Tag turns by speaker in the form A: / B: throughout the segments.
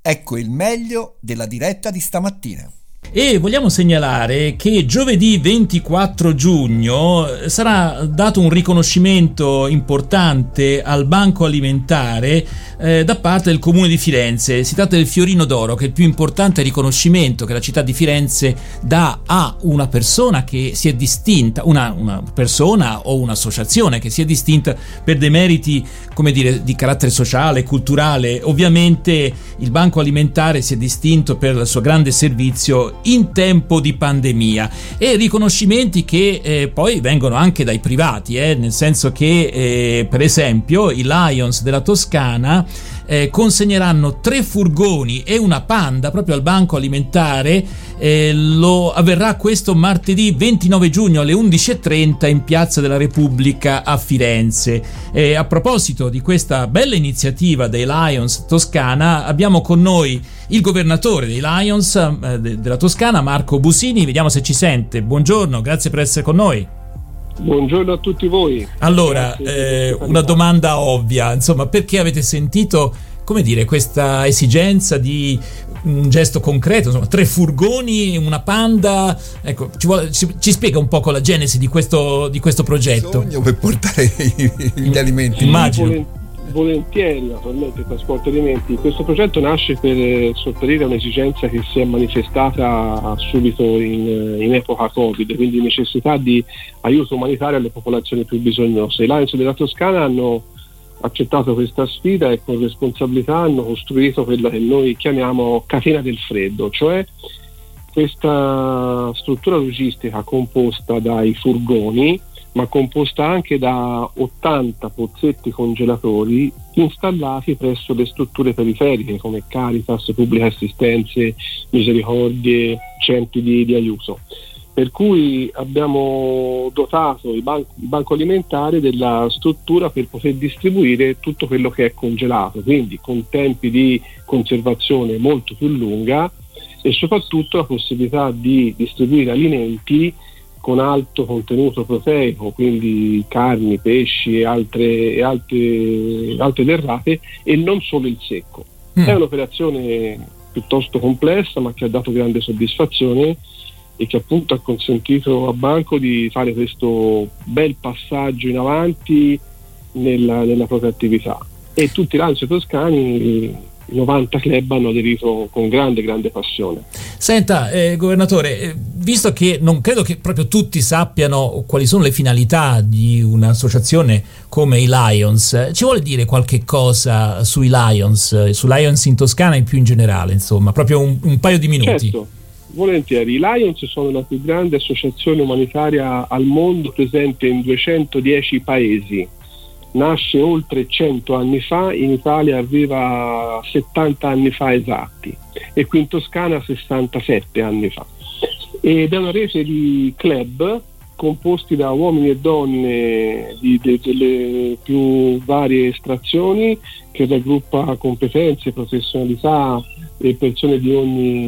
A: Ecco il meglio della diretta di stamattina.
B: E vogliamo segnalare che giovedì 24 giugno sarà dato un riconoscimento importante al Banco Alimentare da parte del Comune di Firenze. Si tratta del Fiorino d'Oro, che è il più importante riconoscimento che la città di Firenze dà a una persona che si è distinta, una persona o un'associazione che si è distinta per dei meriti, come dire, di carattere sociale, culturale. Ovviamente il Banco Alimentare si è distinto per il suo grande servizio in tempo di pandemia, e riconoscimenti che poi vengono anche dai privati, nel senso che per esempio i Lions della Toscana consegneranno 3 furgoni e una Panda proprio al Banco Alimentare. Lo avverrà questo martedì 29 giugno alle 11:30 in Piazza della Repubblica a Firenze. A proposito di questa bella iniziativa dei Lions Toscana, abbiamo con noi il governatore dei Lions della Toscana, Marco Busini. Vediamo se ci sente. Buongiorno, grazie per essere con noi.
C: Buongiorno a tutti voi.
B: Allora, una domanda ovvia, insomma, perché avete sentito, come dire, questa esigenza di un gesto concreto, insomma, 3 furgoni, una Panda? Ecco, ci spiega un po' la genesi di questo progetto.
A: Bisogno per portare gli alimenti.
B: Immagino.
C: Volentieri, naturalmente, il trasporto alimenti. Questo progetto nasce per sopperire a un'esigenza che si è manifestata subito in epoca Covid, quindi necessità di aiuto umanitario alle popolazioni più bisognose. I Lions della Toscana hanno accettato questa sfida e con responsabilità hanno costruito quella che noi chiamiamo catena del freddo, cioè questa struttura logistica composta dai furgoni, ma composta anche da 80 pozzetti congelatori installati presso le strutture periferiche come Caritas, Pubbliche Assistenze, Misericordie, centri di aiuto. Per cui abbiamo dotato il Banco Alimentare della struttura per poter distribuire tutto quello che è congelato, quindi con tempi di conservazione molto più lunga e soprattutto la possibilità di distribuire alimenti con alto contenuto proteico, quindi carni, pesci e altre derrate, e non solo il secco. È un'operazione piuttosto complessa, ma che ha dato grande soddisfazione e che appunto ha consentito a Banco di fare questo bel passaggio in avanti nella propria attività. E tutti i Lions toscani, 90 club, hanno aderito con grande passione.
B: Senta, governatore, visto che non credo che proprio tutti sappiano quali sono le finalità di un'associazione come i Lions, ci vuole dire qualche cosa sui Lions, su Lions in Toscana e più in generale, insomma, proprio un paio di minuti?
C: Certo, volentieri. I Lions sono la più grande associazione umanitaria al mondo, presente in 210 paesi. Nasce oltre 100 anni fa, in Italia arriva 70 anni fa esatti e qui in Toscana 67 anni fa. Ed è una rete di club composti da uomini e donne delle più varie estrazioni, che raggruppa competenze, professionalità e persone di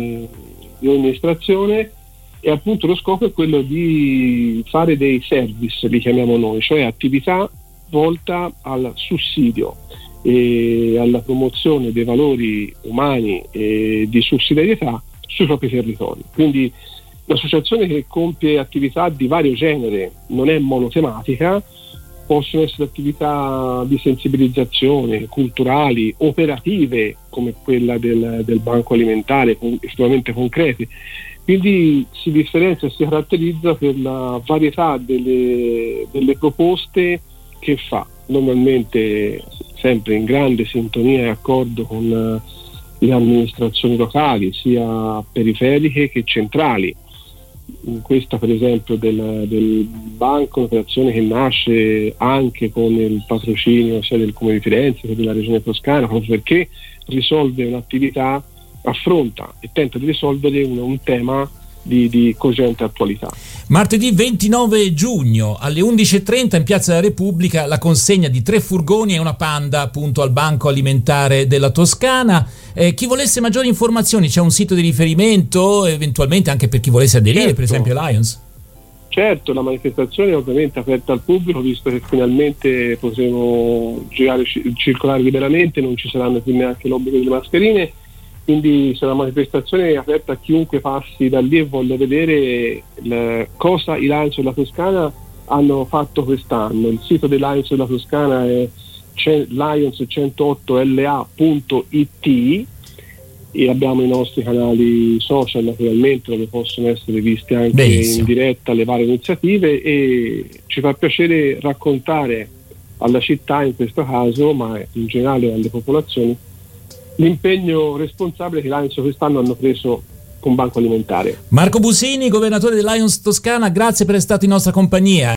C: ogni estrazione, e appunto lo scopo è quello di fare dei service, li chiamiamo noi, cioè attività volta al sussidio e alla promozione dei valori umani e di sussidiarietà sui propri territori. Quindi un'associazione che compie attività di vario genere, non è monotematica, possono essere attività di sensibilizzazione, culturali, operative come quella del Banco Alimentare, estremamente concrete. Quindi si differenzia e si caratterizza per la varietà delle proposte che fa, normalmente sempre in grande sintonia e accordo con le amministrazioni locali, sia periferiche che centrali. In questa, per esempio, del banco, un'operazione che nasce anche con il patrocinio sia del Comune di Firenze che della Regione Toscana, proprio perché risolve un'attività, affronta e tenta di risolvere un tema di cogente attualità.
B: Martedì 29 giugno alle 11:30 in Piazza della Repubblica la consegna di 3 furgoni e una Panda appunto al Banco Alimentare della Toscana. Chi volesse maggiori informazioni, c'è un sito di riferimento eventualmente anche per chi volesse aderire, certo, per esempio Lions?
C: Certo, la manifestazione è ovviamente aperta al pubblico, visto che finalmente potremo girare, circolare liberamente, non ci saranno più neanche l'obbligo delle mascherine, quindi c'è una manifestazione aperta a chiunque passi da lì e voglia vedere cosa i Lions della Toscana hanno fatto quest'anno. Il sito dei Lions della Toscana è lions108la.it e abbiamo i nostri canali social naturalmente, dove possono essere viste anche
B: Benissimo.
C: in diretta le varie iniziative, e ci fa piacere raccontare alla città in questo caso, ma in generale alle popolazioni, l'impegno responsabile che i Lions quest'anno hanno preso con Banco Alimentare.
B: Marco Busini, governatore del Lions Toscana, grazie per essere stato in nostra compagnia.